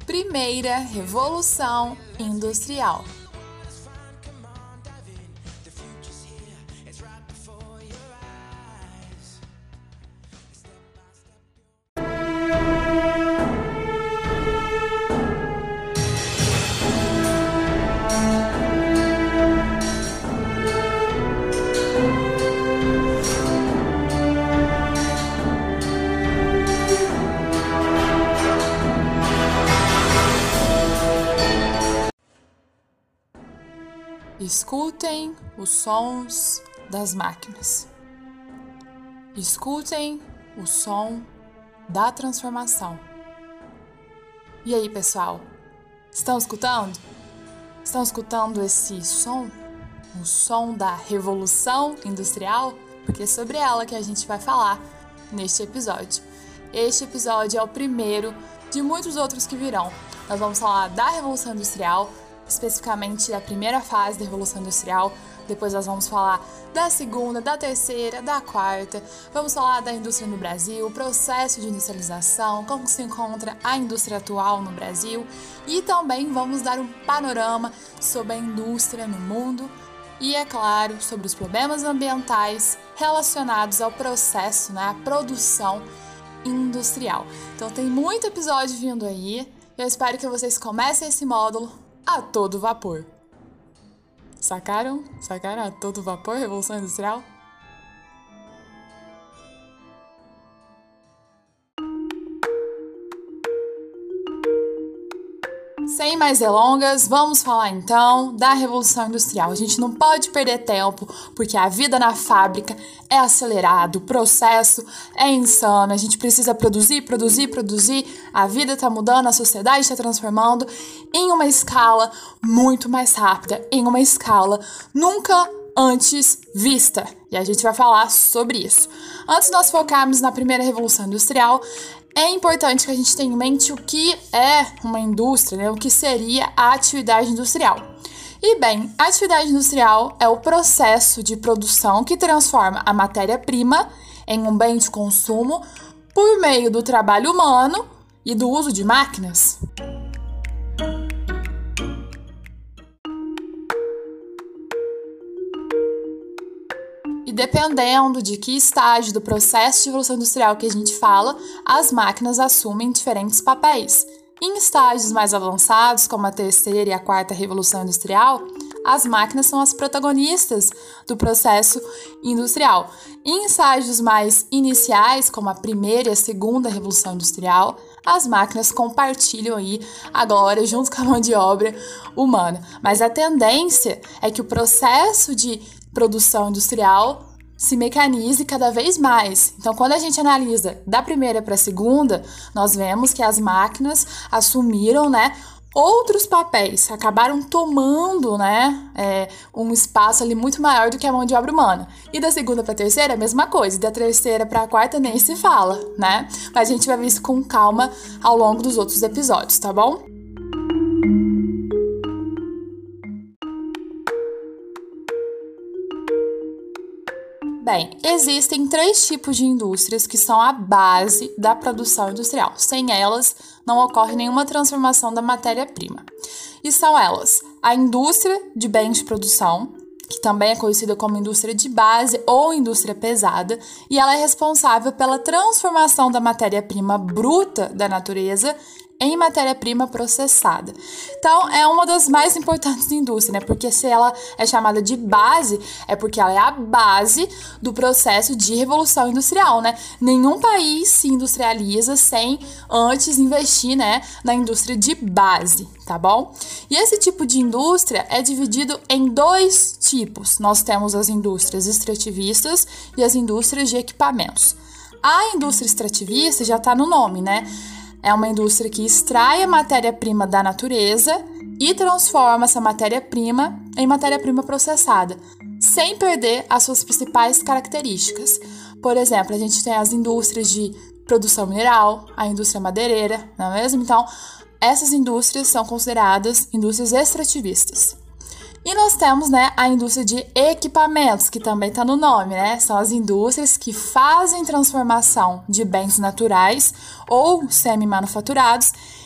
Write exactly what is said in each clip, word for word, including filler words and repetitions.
Primeira Revolução Industrial. Escutem os sons das máquinas. Escutem o som da transformação. E aí, pessoal? Estão escutando? Estão escutando esse som? O som da Revolução Industrial? Porque é sobre ela que a gente vai falar neste episódio. Este episódio é o primeiro de muitos outros que virão. Nós vamos falar da Revolução Industrial, especificamente da primeira fase da Revolução Industrial. Depois nós vamos falar da segunda, da terceira, da quarta. Vamos falar da indústria no Brasil, o processo de industrialização, como se encontra a indústria atual no Brasil. E também vamos dar um panorama sobre a indústria no mundo e, é claro, sobre os problemas ambientais relacionados ao processo, né, a produção industrial. Então tem muito episódio vindo aí. Eu espero que vocês comecem esse módulo a todo vapor. Sacaram? Sacaram a todo vapor, Revolução Industrial? Sem mais delongas, vamos falar então da Revolução Industrial. A gente não pode perder tempo, porque a vida na fábrica é acelerada, o processo é insano, a gente precisa produzir, produzir, produzir, a vida está mudando, a sociedade está transformando em uma escala muito mais rápida, em uma escala nunca antes vista. E a gente vai falar sobre isso. Antes de nós focarmos na primeira Revolução Industrial, é importante que a gente tenha em mente o que é uma indústria, né? O que seria a atividade industrial. E bem, a atividade industrial é o processo de produção que transforma a matéria-prima em um bem de consumo por meio do trabalho humano e do uso de máquinas. E dependendo de que estágio do processo de evolução industrial que a gente fala, as máquinas assumem diferentes papéis. Em estágios mais avançados, como a terceira e a quarta revolução industrial, as máquinas são as protagonistas do processo industrial. Em estágios mais iniciais, como a primeira e a segunda revolução industrial, as máquinas compartilham aí a glória junto com a mão de obra humana. Mas a tendência é que o processo de produção industrial se mecanize cada vez mais. Então, quando a gente analisa da primeira para a segunda, nós vemos que as máquinas assumiram, né, outros papéis, acabaram tomando, né, é, um espaço ali muito maior do que a mão de obra humana. E da segunda para a terceira, a mesma coisa. E da terceira para a quarta, nem se fala, né? Mas a gente vai ver isso com calma ao longo dos outros episódios, tá bom? Bem, existem três tipos de indústrias que são a base da produção industrial. Sem elas, não ocorre nenhuma transformação da matéria-prima. E são elas: a indústria de bens de produção, que também é conhecida como indústria de base ou indústria pesada, e ela é responsável pela transformação da matéria-prima bruta da natureza em matéria-prima processada. Então, é uma das mais importantes da indústria, né? Porque se ela é chamada de base, é porque ela é a base do processo de revolução industrial, né? Nenhum país se industrializa sem antes investir, né, na indústria de base, tá bom? E esse tipo de indústria é dividido em dois tipos. Nós temos as indústrias extrativistas e as indústrias de equipamentos. A indústria extrativista já está no nome, né? É uma indústria que extrai a matéria-prima da natureza e transforma essa matéria-prima em matéria-prima processada, sem perder as suas principais características. Por exemplo, a gente tem as indústrias de produção mineral, a indústria madeireira, não é mesmo? Então, essas indústrias são consideradas indústrias extrativistas. E nós temos, né, a indústria de equipamentos, que também está no nome, né? São as indústrias que fazem transformação de bens naturais ou semi-manufaturados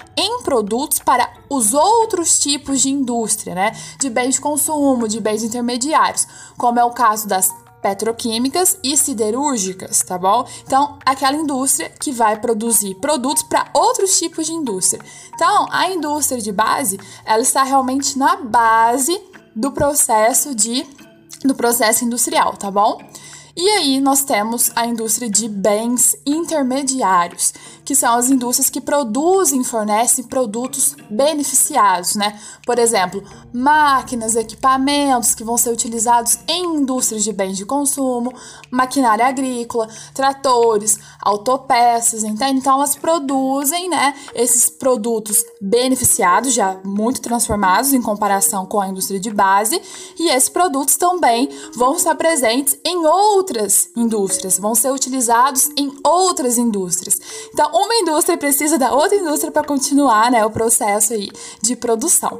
em produtos para os outros tipos de indústria, né? De bens de consumo, de bens intermediários, como é o caso das petroquímicas e siderúrgicas, tá bom? Então, aquela indústria que vai produzir produtos para outros tipos de indústria. Então, a indústria de base, ela está realmente na base do processo de do processo industrial, tá bom? E aí nós temos a indústria de bens intermediários, que são as indústrias que produzem e fornecem produtos beneficiados, né? Por exemplo, máquinas, equipamentos que vão ser utilizados em indústrias de bens de consumo, maquinária agrícola, tratores, autopeças, entende? Então elas produzem, né, esses produtos beneficiados, já muito transformados em comparação com a indústria de base, e esses produtos também vão estar presentes em outros outras indústrias, vão ser utilizados em outras indústrias. Então, uma indústria precisa da outra indústria para continuar, né, o processo aí de produção.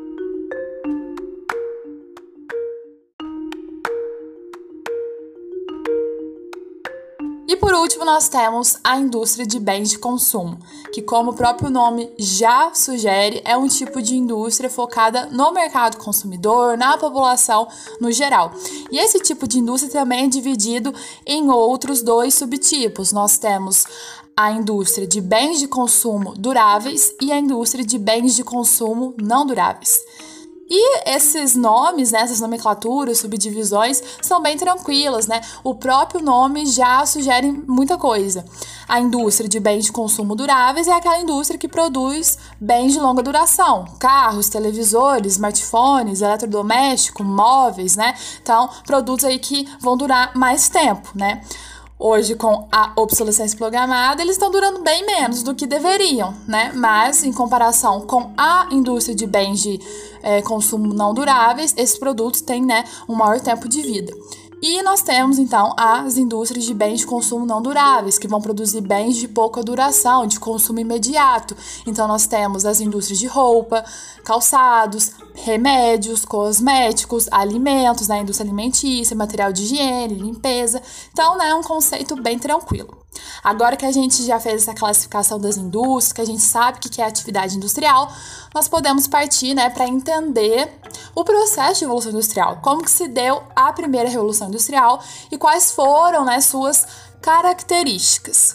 E por último, nós temos a indústria de bens de consumo, que, como o próprio nome já sugere, é um tipo de indústria focada no mercado consumidor, na população no geral. E esse tipo de indústria também é dividido em outros dois subtipos. Nós temos a indústria de bens de consumo duráveis e a indústria de bens de consumo não duráveis. E esses nomes, né, essas nomenclaturas, subdivisões, são bem tranquilas, né? O próprio nome já sugere muita coisa. A indústria de bens de consumo duráveis é aquela indústria que produz bens de longa duração. Carros, televisores, smartphones, eletrodomésticos, móveis, né? Então, produtos aí que vão durar mais tempo, né? Hoje, com a obsolescência programada, eles estão durando bem menos do que deveriam, né? Mas, em comparação com a indústria de bens de é, consumo não duráveis, esses produtos têm, né, um maior tempo de vida. E nós temos, então, as indústrias de bens de consumo não duráveis, que vão produzir bens de pouca duração, de consumo imediato. Então, nós temos as indústrias de roupa, calçados, remédios, cosméticos, alimentos, né, indústria alimentícia, material de higiene, limpeza. Então, né, é um conceito bem tranquilo. Agora que a gente já fez essa classificação das indústrias, que a gente sabe o que é atividade industrial, nós podemos partir, né, para entender o processo de revolução industrial, como que se deu a primeira revolução industrial e quais foram, né, suas características.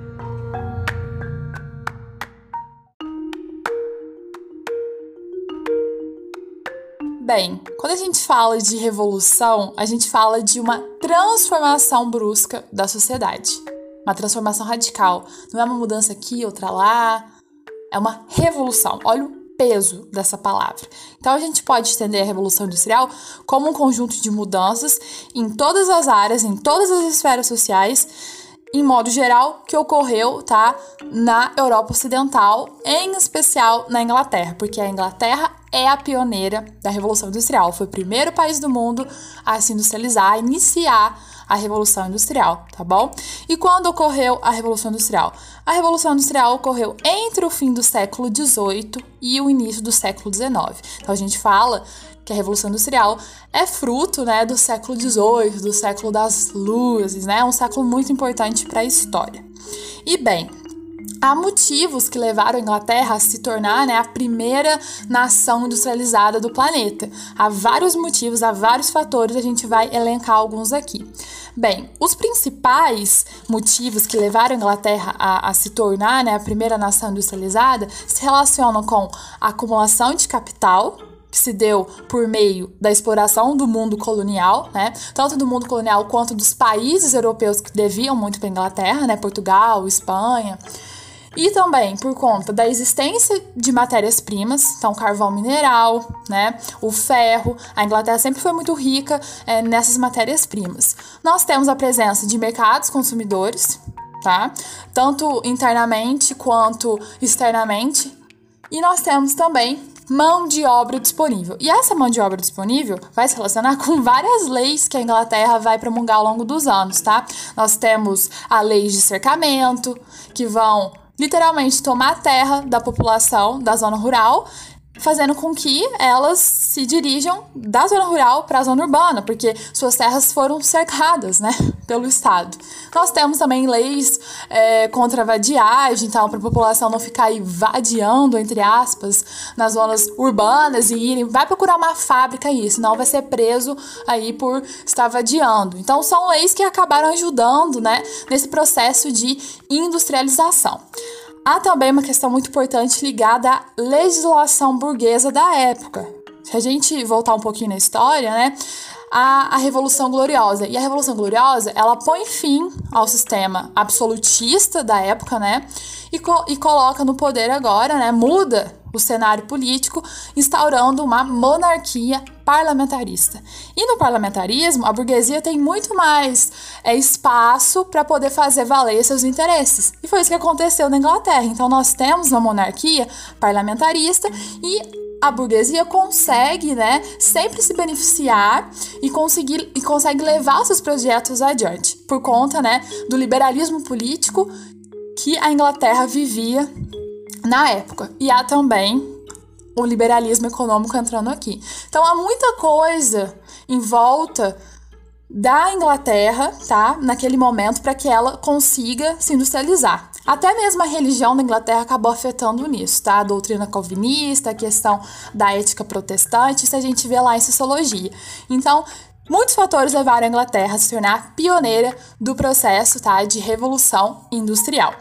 Bem, quando a gente fala de revolução, a gente fala de uma transformação brusca da sociedade. Uma transformação radical. Não é uma mudança aqui, outra lá. É uma revolução. Olha o peso dessa palavra. Então, a gente pode entender a Revolução Industrial como um conjunto de mudanças em todas as áreas, em todas as esferas sociais, em modo geral, que ocorreu, tá, na Europa Ocidental, em especial na Inglaterra, porque a Inglaterra é a pioneira da Revolução Industrial. Foi o primeiro país do mundo a se industrializar, a iniciar a Revolução Industrial, tá bom? E quando ocorreu a Revolução Industrial? A Revolução Industrial ocorreu entre o fim do século dezoito e o início do século dezenove. Então, a gente fala que a Revolução Industrial é fruto, né, do século dezoito, do século das luzes, né? É um século muito importante para a história. E, bem, há motivos que levaram a Inglaterra a se tornar, né, a primeira nação industrializada do planeta. Há vários motivos, há vários fatores, a gente vai elencar alguns aqui. Bem, os principais motivos que levaram a Inglaterra a, a se tornar, né, a primeira nação industrializada se relacionam com a acumulação de capital, que se deu por meio da exploração do mundo colonial, né? Tanto do mundo colonial quanto dos países europeus que deviam muito para a Inglaterra, né? Portugal, Espanha. E também por conta da existência de matérias-primas, então carvão mineral, né, o ferro. A Inglaterra sempre foi muito rica é, nessas matérias-primas. Nós temos a presença de mercados consumidores, tá? Tanto internamente quanto externamente. E nós temos também mão de obra disponível. E essa mão de obra disponível vai se relacionar com várias leis que a Inglaterra vai promulgar ao longo dos anos, tá? Nós temos a lei de cercamento, que vão literalmente tomar a terra da população da zona rural fazendo com que elas se dirijam da zona rural para a zona urbana, porque suas terras foram cercadas, né, pelo Estado. Nós temos também leis é, contra a vadiagem, então, para a população não ficar aí vadiando, entre aspas, nas zonas urbanas e irem, vai procurar uma fábrica aí, senão vai ser preso aí por estar vadiando. Então, são leis que acabaram ajudando, né, nesse processo de industrialização. Há também uma questão muito importante ligada à legislação burguesa da época. Se a gente voltar um pouquinho na história, né, a, a Revolução Gloriosa. E a Revolução Gloriosa, ela põe fim ao sistema absolutista da época, né, e, co- e coloca no poder agora, né, muda o cenário político, instaurando uma monarquia parlamentarista. E no parlamentarismo, a burguesia tem muito mais é, espaço para poder fazer valer seus interesses. E foi isso que aconteceu na Inglaterra. Então, nós temos uma monarquia parlamentarista e a burguesia consegue, né, sempre se beneficiar e, conseguir, e consegue levar seus projetos adiante, por conta, né, do liberalismo político que a Inglaterra vivia na época. E há também o liberalismo econômico entrando aqui. Então, há muita coisa em volta da Inglaterra, tá, naquele momento, para que ela consiga se industrializar. Até mesmo a religião da Inglaterra acabou afetando nisso, tá? A doutrina calvinista, a questão da ética protestante, isso a gente vê lá em Sociologia. Então, muitos fatores levaram a Inglaterra a se tornar pioneira do processo, tá, de revolução industrial.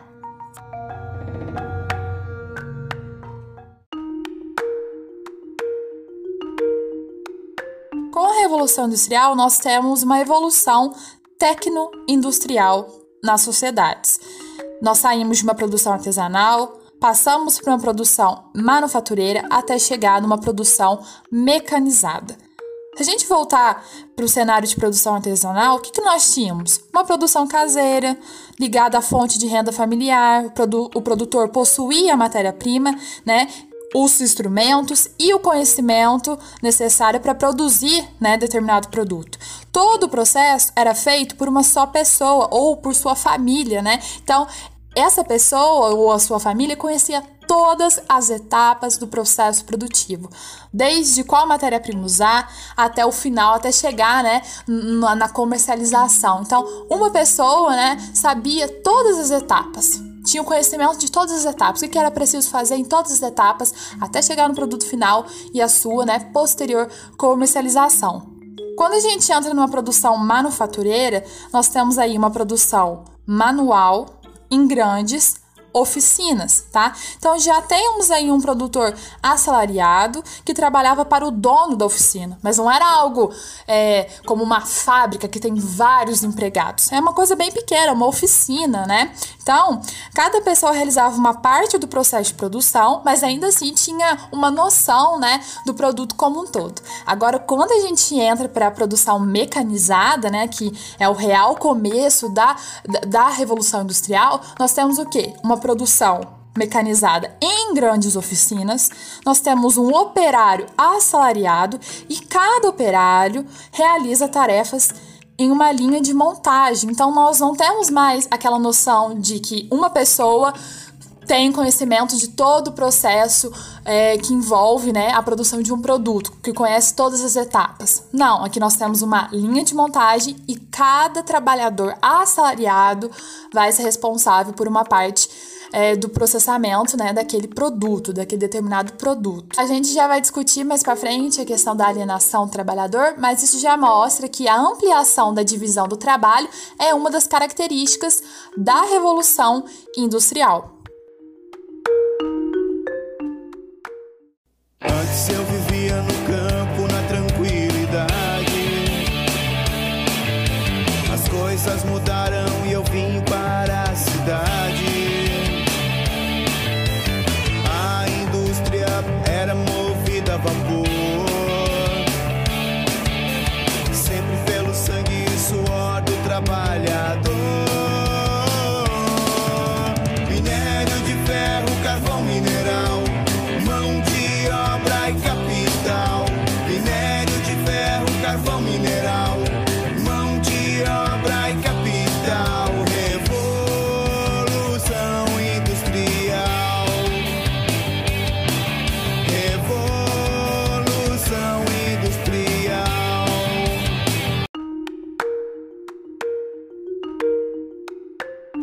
Com a Revolução Industrial, nós temos uma evolução tecno-industrial nas sociedades. Nós saímos de uma produção artesanal, passamos para uma produção manufatureira até chegar numa produção mecanizada. Se a gente voltar para o cenário de produção artesanal, o que, que nós tínhamos? Uma produção caseira, ligada à fonte de renda familiar, o, produ- o produtor possuía a matéria-prima, né, os instrumentos e o conhecimento necessário para produzir, né, determinado produto. Todo o processo era feito por uma só pessoa ou por sua família, né? Então, essa pessoa ou a sua família conhecia todas as etapas do processo produtivo, desde qual matéria-prima usar até o final, até chegar, né, na, na comercialização. Então, uma pessoa, né, sabia todas as etapas, tinha o conhecimento de todas as etapas, o que era preciso fazer em todas as etapas, até chegar no produto final e a sua, né, posterior comercialização. Quando a gente entra numa produção manufatureira, nós temos aí uma produção manual em grandes oficinas, tá? Então já temos aí um produtor assalariado que trabalhava para o dono da oficina, mas não era algo é, como uma fábrica que tem vários empregados, é uma coisa bem pequena, uma oficina, né? Então, cada pessoa realizava uma parte do processo de produção, mas ainda assim tinha uma noção, né, do produto como um todo. Agora, quando a gente entra para a produção mecanizada, né, que é o real começo da, da, da Revolução Industrial, nós temos o quê? Uma produção mecanizada em grandes oficinas, nós temos um operário assalariado e cada operário realiza tarefas em uma linha de montagem. Então, nós não temos mais aquela noção de que uma pessoa tem conhecimento de todo o processo é, que envolve, né, a produção de um produto, que conhece todas as etapas. Não, aqui nós temos uma linha de montagem e cada trabalhador assalariado vai ser responsável por uma parte É, do processamento, né, daquele produto, daquele determinado produto. A gente já vai discutir mais para frente a questão da alienação do trabalhador, mas isso já mostra que a ampliação da divisão do trabalho é uma das características da Revolução Industrial. Antes eu vivia no campo, na tranquilidade. As coisas mudaram e eu vim para a cidade. Era movida a vapor, sempre pelo sangue e suor do trabalhador. Minério de ferro, carvão mineral, mão de obra e capital. Minério de ferro, carvão mineral, mão de obra e capital. Revolução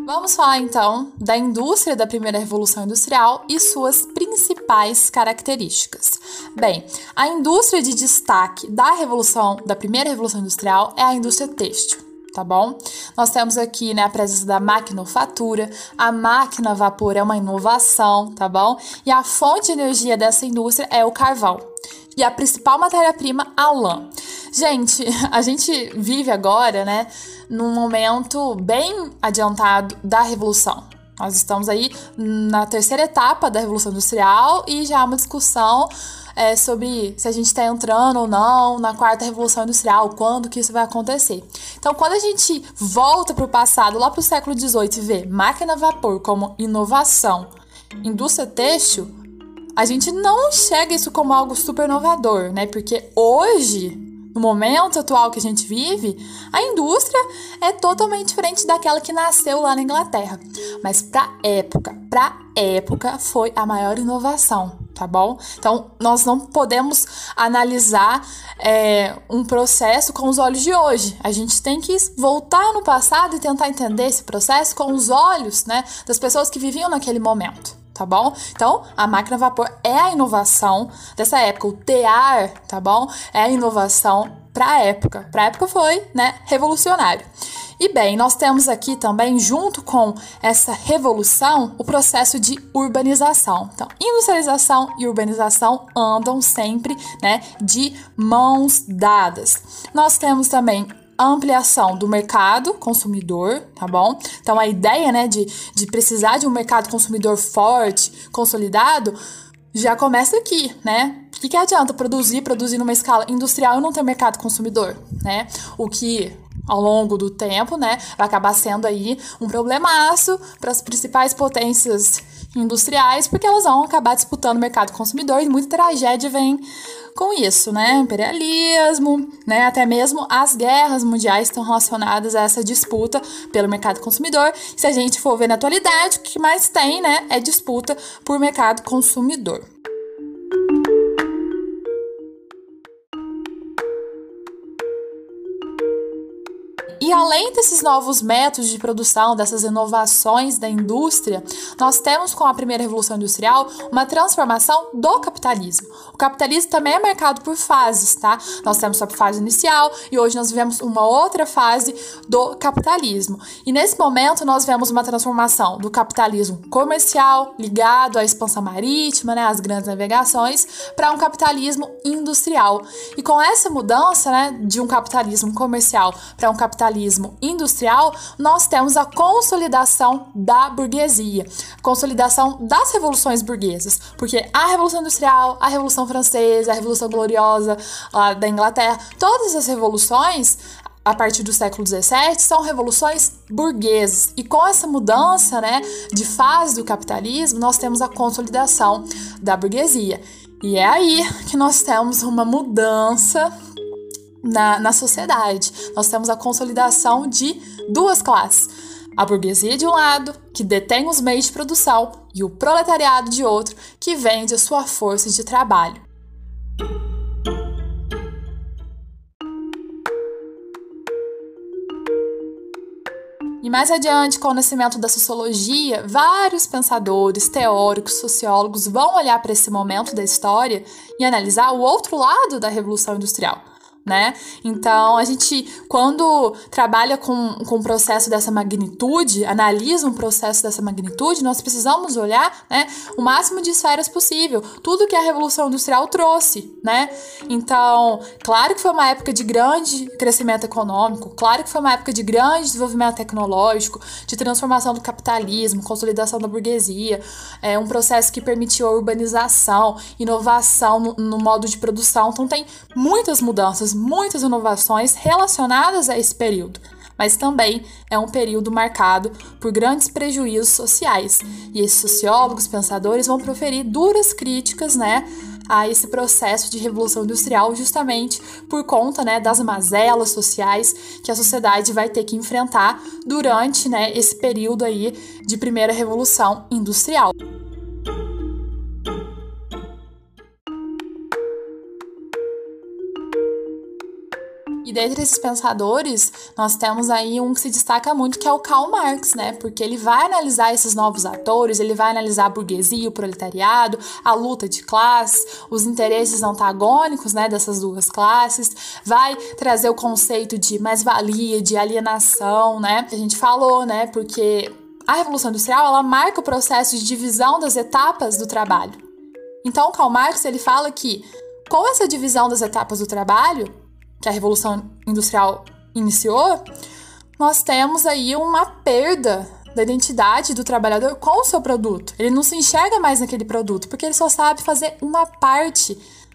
Vamos falar então da indústria da primeira revolução industrial e suas principais características. Bem, a indústria de destaque da revolução, da primeira revolução industrial é a indústria têxtil, tá bom? Nós temos aqui, né, a presença da maquinofatura, a máquina a vapor é uma inovação, tá bom? E a fonte de energia dessa indústria é o carvão. E a principal matéria-prima, a lã. Gente, a gente vive agora, né, num momento bem adiantado da revolução. Nós estamos aí na terceira etapa da Revolução Industrial e já há uma discussão é, sobre se a gente está entrando ou não na quarta Revolução Industrial, quando que isso vai acontecer. Então, quando a gente volta para o passado, lá para o século dezoito, e vê máquina a vapor como inovação, indústria têxtil, a gente não enxerga isso como algo super inovador, né? Porque hoje, no momento atual que a gente vive, a indústria é totalmente diferente daquela que nasceu lá na Inglaterra. Mas para época, para época foi a maior inovação, tá bom? Então, nós não podemos analisar é, um processo com os olhos de hoje. A gente tem que voltar no passado e tentar entender esse processo com os olhos, né, das pessoas que viviam naquele momento. Tá bom? Então, a máquina a vapor é a inovação dessa época. O tear, tá bom? É a inovação para a época. Para a época foi, né, revolucionário. E bem, nós temos aqui também, junto com essa revolução, o processo de urbanização. Então, industrialização e urbanização andam sempre, né, de mãos dadas. Nós temos também a ampliação do mercado consumidor, tá bom? Então, a ideia, né, de, de precisar de um mercado consumidor forte, consolidado, já começa aqui, né? O que, que adianta produzir, produzir numa escala industrial e não ter mercado consumidor, né? O que, ao longo do tempo, né, vai acabar sendo aí um problemaço para as principais potências industriais, porque elas vão acabar disputando o mercado consumidor e muita tragédia vem com isso, né? Imperialismo, né? Até mesmo as guerras mundiais estão relacionadas a essa disputa pelo mercado consumidor. Se a gente for ver na atualidade, o que mais tem, né, é disputa por mercado consumidor. E além desses novos métodos de produção, dessas inovações da indústria, nós temos com a primeira revolução industrial uma transformação do capitalismo. O capitalismo também é marcado por fases, tá? Nós temos a fase inicial e hoje nós vivemos uma outra fase do capitalismo. E nesse momento nós vemos uma transformação do capitalismo comercial, ligado à expansão marítima, né, às grandes navegações, para um capitalismo industrial. E com essa mudança, né, de um capitalismo comercial para um capitalismo industrial, nós temos a consolidação da burguesia, consolidação das revoluções burguesas, porque a Revolução Industrial, a Revolução Francesa, a Revolução Gloriosa lá da Inglaterra, todas as revoluções a partir do século dezessete são revoluções burguesas, e com essa mudança, né, de fase do capitalismo, nós temos a consolidação da burguesia, e é aí que nós temos uma mudança Na, na sociedade. Nós temos a consolidação de duas classes. A burguesia de um lado, que detém os meios de produção, e o proletariado de outro, que vende a sua força de trabalho. E mais adiante, com o nascimento da sociologia, vários pensadores, teóricos, sociólogos vão olhar para esse momento da história e analisar o outro lado da Revolução Industrial, né? Então, a gente, quando trabalha com, com um processo dessa magnitude, analisa um processo dessa magnitude, nós precisamos olhar, né, o máximo de esferas possível, tudo que a Revolução Industrial trouxe, né? Então, claro que foi uma época de grande crescimento econômico, claro que foi uma época de grande desenvolvimento tecnológico, de transformação do capitalismo, consolidação da burguesia, é um processo que permitiu a urbanização, inovação no, no modo de produção. Então, tem muitas mudanças, muitas inovações relacionadas a esse período, mas também é um período marcado por grandes prejuízos sociais, e esses sociólogos, pensadores vão proferir duras críticas, né, a esse processo de revolução industrial, justamente por conta, né, das mazelas sociais que a sociedade vai ter que enfrentar durante, né, esse período aí de primeira revolução industrial. E dentre esses pensadores, nós temos aí um que se destaca muito, que é o Karl Marx, né? Porque ele vai analisar esses novos atores, ele vai analisar a burguesia, o proletariado, a luta de classes, os interesses antagônicos, né, dessas duas classes, vai trazer o conceito de mais-valia, de alienação, né? A gente falou, né? Porque a Revolução Industrial, ela marca o processo de divisão das etapas do trabalho. Então, Karl Marx, ele fala que com essa divisão das etapas do trabalho, que a Revolução Industrial iniciou, nós temos aí uma perda da identidade do trabalhador com o seu produto. Ele não se enxerga mais naquele produto, porque ele só sabe fazer uma parte,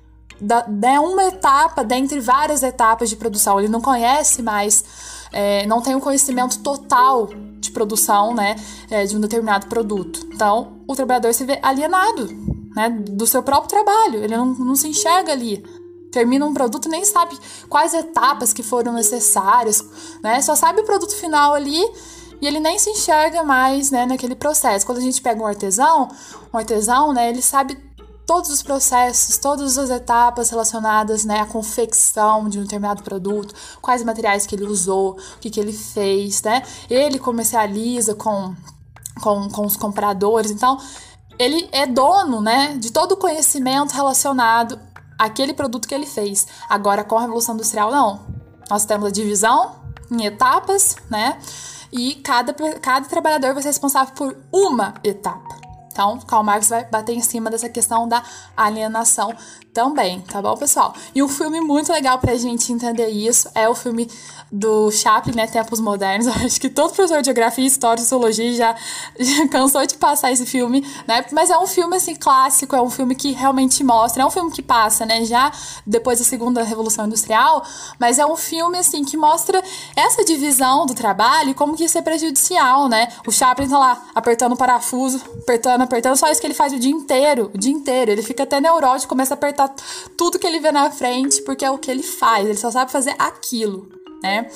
da, né, uma etapa dentre várias etapas de produção. Ele não conhece mais, é, não tem um conhecimento total de produção, né, é, de um determinado produto. Então, o trabalhador se vê alienado, né, do seu próprio trabalho. Ele não, não se enxerga ali. Termina um produto, nem sabe quais etapas que foram necessárias, né? Só sabe o produto final ali e ele nem se enxerga mais, né, naquele processo. Quando a gente pega um artesão, um artesão, né, ele sabe todos os processos, todas as etapas relacionadas, né, à confecção de um determinado produto, quais materiais que ele usou, o que, que ele fez, né? Ele comercializa com, com, com os compradores, então ele é dono, né, de todo o conhecimento relacionado aquele produto que ele fez. Agora, com a Revolução Industrial, não. Nós temos a divisão em etapas, né? E cada, cada trabalhador vai ser responsável por uma etapa. Então, Karl Marx vai bater em cima dessa questão da alienação também, tá bom, pessoal? E um filme muito legal pra gente entender isso é o filme do Chaplin, né, Tempos Modernos. Eu acho que todo professor de geografia, história, sociologia já, já cansou de passar esse filme, né? Mas é um filme, assim, clássico, é um filme que realmente mostra, é um filme que passa, né, já depois da segunda Revolução Industrial, mas é um filme, assim, que mostra essa divisão do trabalho e como que isso é prejudicial, né? O Chaplin tá lá apertando o parafuso, apertando, apertando, só isso que ele faz o dia inteiro, o dia inteiro. Ele fica até neurótico, começa a apertar tudo que ele vê na frente, porque é o que ele faz, ele só sabe fazer aquilo, né?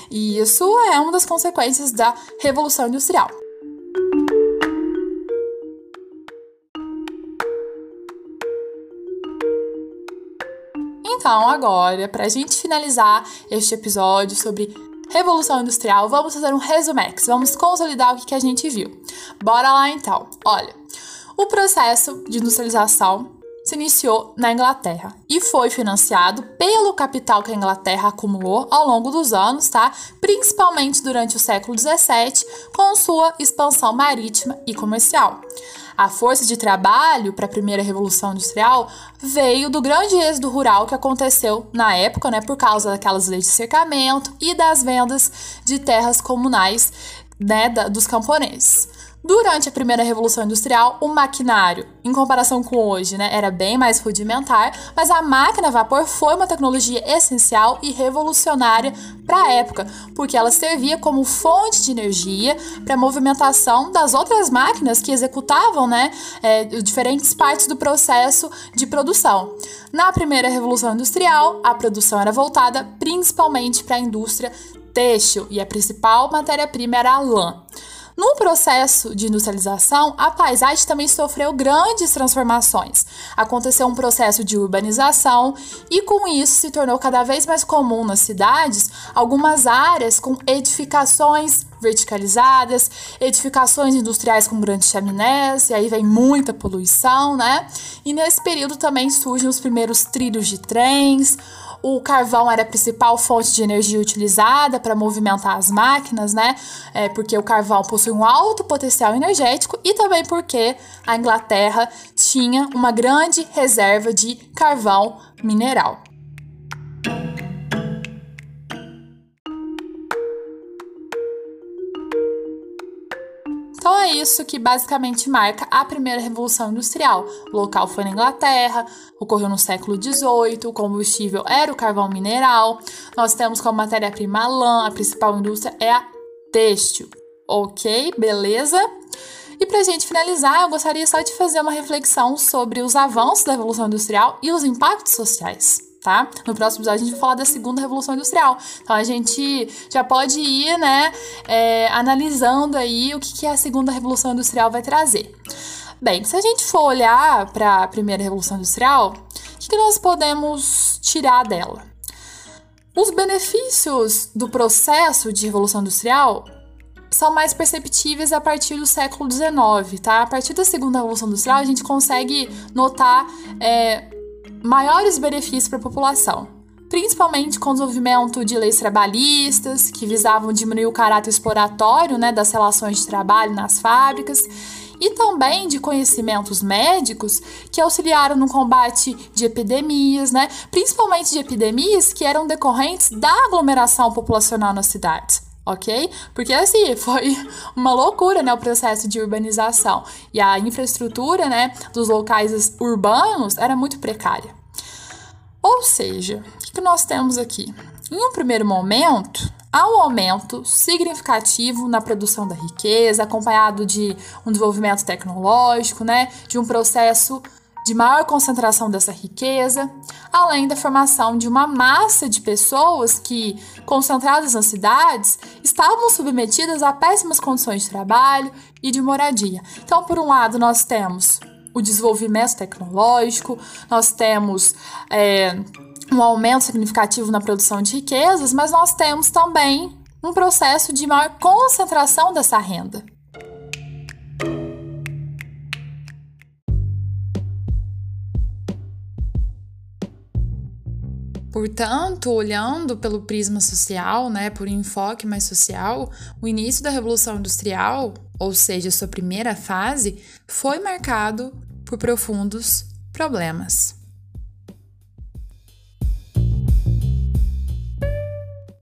E isso é uma das consequências da Revolução Industrial. Então, agora, para a gente finalizar este episódio sobre Revolução Industrial, vamos fazer um resumex, vamos consolidar o que a gente viu. Bora lá, então. Olha, o processo de industrialização se iniciou na Inglaterra e foi financiado pelo capital que a Inglaterra acumulou ao longo dos anos, tá? Principalmente durante o século dezessete, com sua expansão marítima e comercial. A força de trabalho para a primeira Revolução Industrial veio do grande êxodo rural que aconteceu na época, né, por causa daquelas leis de cercamento e das vendas de terras comunais, né, da, dos camponeses. Durante a primeira Revolução Industrial, o maquinário, em comparação com hoje, né, era bem mais rudimentar, mas a máquina a vapor foi uma tecnologia essencial e revolucionária para a época, porque ela servia como fonte de energia para a movimentação das outras máquinas que executavam, né, é, diferentes partes do processo de produção. Na primeira Revolução Industrial, a produção era voltada principalmente para a indústria têxtil e a principal matéria-prima era a lã. No processo de industrialização, a paisagem também sofreu grandes transformações. Aconteceu um processo de urbanização e, com isso, se tornou cada vez mais comum nas cidades algumas áreas com edificações verticalizadas, edificações industriais com grandes chaminés, e aí vem muita poluição, né? E nesse período também surgem os primeiros trilhos de trens. O carvão era a principal fonte de energia utilizada para movimentar as máquinas, né? É porque o carvão possui um alto potencial energético e também porque a Inglaterra tinha uma grande reserva de carvão mineral. Então é isso que basicamente marca a primeira Revolução Industrial. O local foi na Inglaterra, ocorreu no século dezoito, o combustível era o carvão mineral, nós temos como matéria-prima a lã, a principal indústria é a têxtil. Ok, beleza? E pra gente finalizar, eu gostaria só de fazer uma reflexão sobre os avanços da Revolução Industrial e os impactos sociais. Tá? No próximo episódio a gente vai falar da segunda Revolução Industrial. Então a gente já pode ir, né, é, analisando aí o que, que a segunda Revolução Industrial vai trazer. Bem, se a gente for olhar para a primeira Revolução Industrial, o que, que nós podemos tirar dela? Os benefícios do processo de Revolução Industrial são mais perceptíveis a partir do século dezenove, tá? A partir da segunda Revolução Industrial, a gente consegue notar é, maiores benefícios para a população, principalmente com o desenvolvimento de leis trabalhistas, que visavam diminuir o caráter exploratório, né, das relações de trabalho nas fábricas, e também de conhecimentos médicos que auxiliaram no combate de epidemias, né? Principalmente de epidemias que eram decorrentes da aglomeração populacional nas cidades, ok? Porque assim, foi uma loucura, né, o processo de urbanização, e a infraestrutura, né, dos locais urbanos era muito precária. Ou seja, o que nós temos aqui? Em um primeiro momento, há um aumento significativo na produção da riqueza, acompanhado de um desenvolvimento tecnológico, né, de um processo de maior concentração dessa riqueza, além da formação de uma massa de pessoas que, concentradas nas cidades, estavam submetidas a péssimas condições de trabalho e de moradia. Então, por um lado, nós temos o desenvolvimento tecnológico, nós temos é, um aumento significativo na produção de riquezas, mas nós temos também um processo de maior concentração dessa renda. Portanto, olhando pelo prisma social, né, por um enfoque mais social, o início da Revolução Industrial, ou seja, sua primeira fase, foi marcado por profundos problemas.